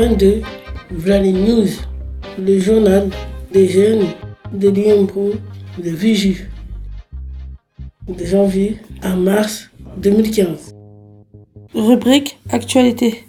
22, Vladi News, le journal des jeunes de l'IMPRO de Vigie, de janvier à mars 2015. Rubrique Actualité.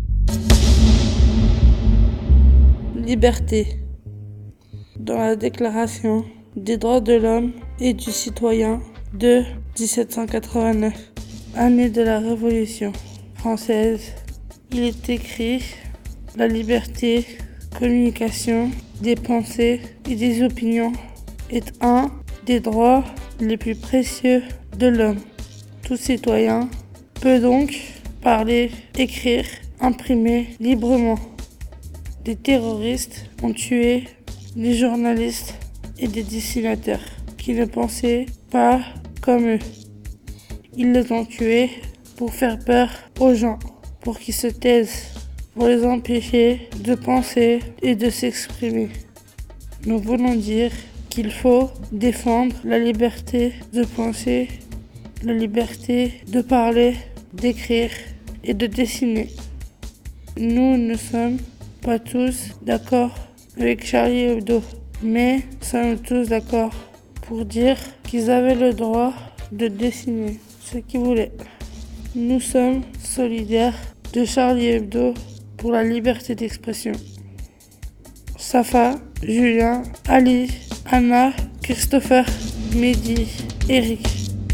Liberté. Dans la Déclaration des droits de l'homme et du citoyen de 1789, année de la Révolution française, il est écrit « La liberté, communication des pensées et des opinions est un des droits les plus précieux de l'homme. Tout citoyen peut donc parler, écrire, imprimer librement. Des terroristes ont tué des journalistes et des dessinateurs qui ne pensaient pas comme eux. Ils les ont tués pour faire peur aux gens, pour qu'ils se taisent, pour les empêcher de penser et de s'exprimer. Nous voulons dire qu'il faut défendre la liberté de penser, la liberté de parler, d'écrire et de dessiner. Nous ne sommes pas tous d'accord avec Charlie Hebdo, mais sommes tous d'accord pour dire qu'ils avaient le droit de dessiner ce qu'ils voulaient. Nous sommes solidaires de Charlie Hebdo pour la liberté d'expression. Safa, Julien, Ali, Anna, Christopher, Mehdi, Eric.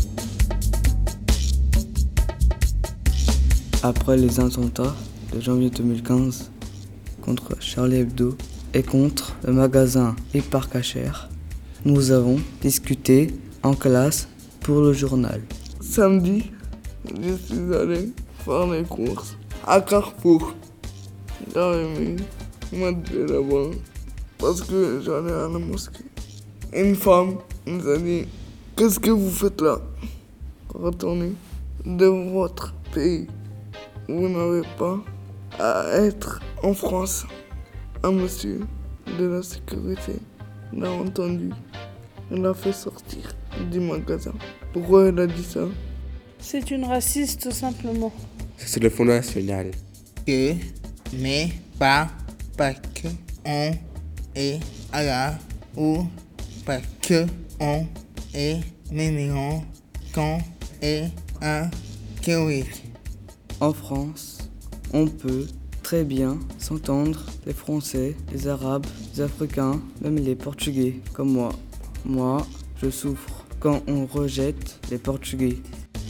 Après les attentats de janvier 2015 contre Charlie Hebdo et contre le magasin Hyper Cacher, nous avons discuté en classe pour le journal. Samedi, je suis allé faire les courses à Carrefour. J'avais mis ma télé là-bas parce que j'allais à la mosquée. Une femme nous a dit « Qu'est-ce que vous faites là? Retournez de votre pays. Vous n'avez pas à être en France. » Un monsieur de la sécurité l'a entendu. Il l'a fait sortir du magasin. Pourquoi elle a dit ça? C'est une raciste tout simplement. C'est le Front National. Que, mais pas que on est Allah ou pas que on est mignon qu'on est un Québec. En France, on peut très bien s'entendre les Français, les Arabes, les Africains, même les Portugais, comme moi. Moi, je souffre quand on rejette les Portugais.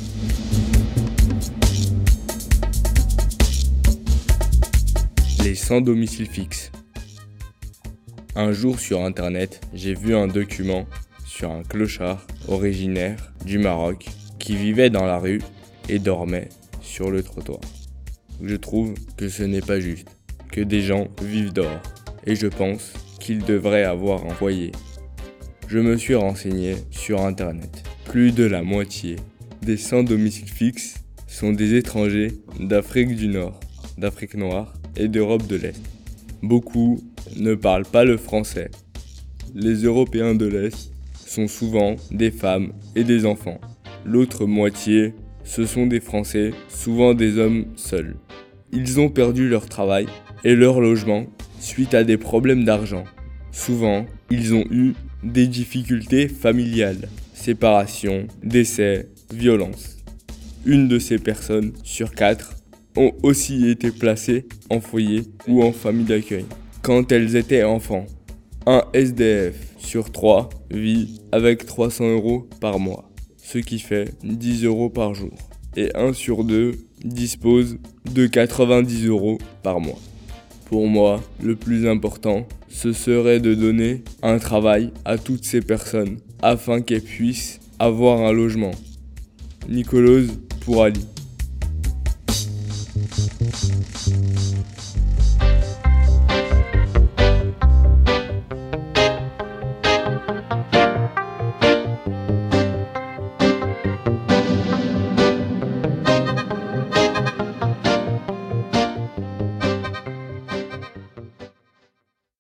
Les sans domicile fixe. Un jour sur internet, j'ai vu un document sur un clochard originaire du Maroc qui vivait dans la rue et dormait sur le trottoir. Je trouve que ce n'est pas juste, que des gens vivent dehors, et je pense qu'ils devraient avoir un foyer. Je me suis renseigné sur internet. Plus de la moitié des sans domicile fixe sont des étrangers d'Afrique du Nord, d'Afrique noire et d'Europe de l'Est. Beaucoup ne parlent pas le français. Les Européens de l'Est sont souvent des femmes et des enfants. L'autre moitié, ce sont des Français, souvent des hommes seuls. Ils ont perdu leur travail et leur logement suite à des problèmes d'argent. Souvent, ils ont eu des difficultés familiales, séparation, décès, violence. Une de ces personnes sur 4 ont aussi été placées en foyer ou en famille d'accueil quand elles étaient enfants. Un SDF sur 3 vit avec 300 € par mois, ce qui fait 10 € par jour. Et 1 sur 2 dispose de 90 € par mois. Pour moi, le plus important, ce serait de donner un travail à toutes ces personnes afin qu'elles puissent avoir un logement. Nicolose pour Ali.